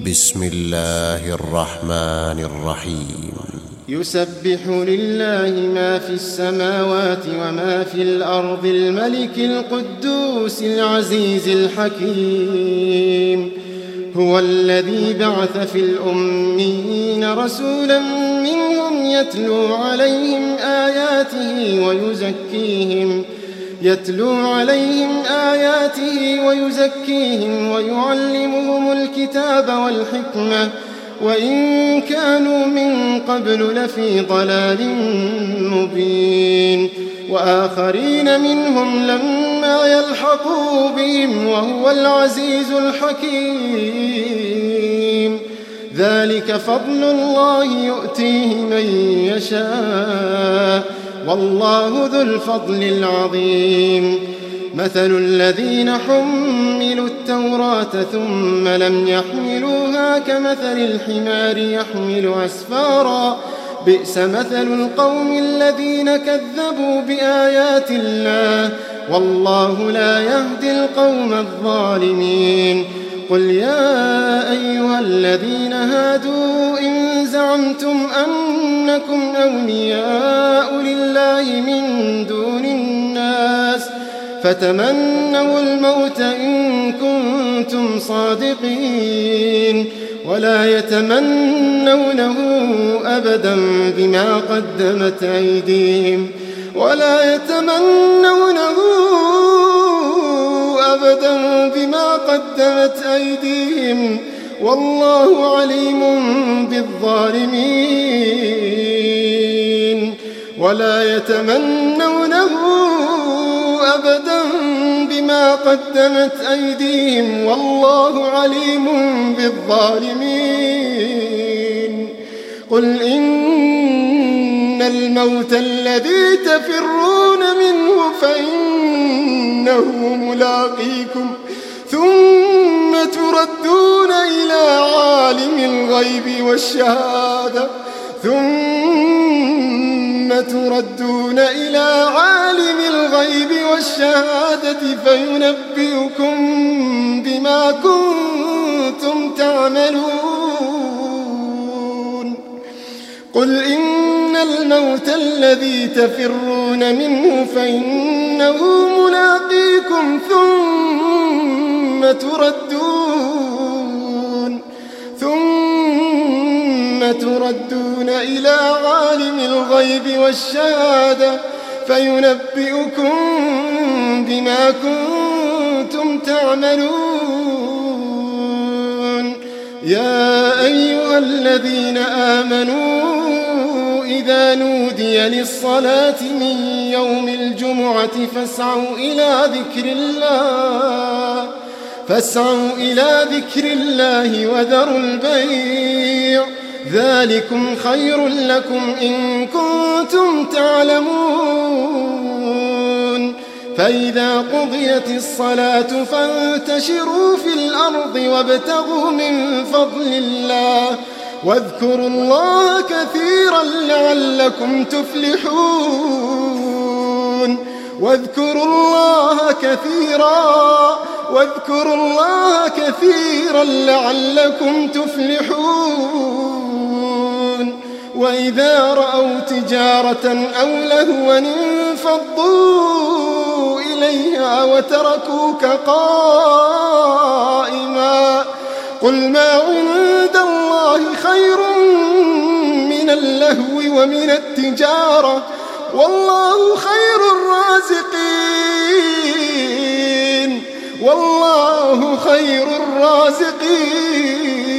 بسم الله الرحمن الرحيم يسبح لله ما في السماوات وما في الأرض الملك القدوس العزيز الحكيم. هو الذي بعث في الأميين رسولا منهم يتلو عليهم آياته ويزكيهم ويعلمهم الكتاب والحكمة وإن كانوا من قبل لفي ضلال مبين. وآخرين منهم لما يلحقوا بهم وهو العزيز الحكيم. ذلك فضل الله يؤتيه من يشاء والله ذو الفضل العظيم. مثل الذين حملوا التوراة ثم لم يحملوها كمثل الحمار يحمل أسفارا بئس مثل القوم الذين كذبوا بآيات الله والله لا يهدي القوم الظالمين. قل يا أيها الذين هادوا إن زعمتم أنكم أولياء لله من دون الناس فتمنوا الموت إن كنتم صادقين ولا يتمنونه أبدا بما قدمت أيديهم والله عليم بالظالمين. قل إن الموت الذي تفرون منه فإنه ملاقيكم ثم تردون إلى عالم الغيب والشهادة فينبئكم بما كنتم تعملون. قل إن الموت الذي تفرون منه فإنه ملاقيكم ثم تردون إلى عالم الغيب والشهادة فينبئكم بما كنتم تعملون. يا أيها الذين آمنوا إذا نودي للصلاة من يوم الجمعة فاسعوا إلى ذكر الله وذروا البيع ذلكم خير لكم إن كنتم تعلمون. فإذا قضيت الصلاة فانتشروا في الأرض وابتغوا من فضل الله واذكروا الله كثيرا لعلكم تفلحون. وإذا رأوا تجارة أو لهوا انفضوا إليها وتركوك قائما قل ما عند الله خير من اللهو ومن التجارة والله خير الرازقين.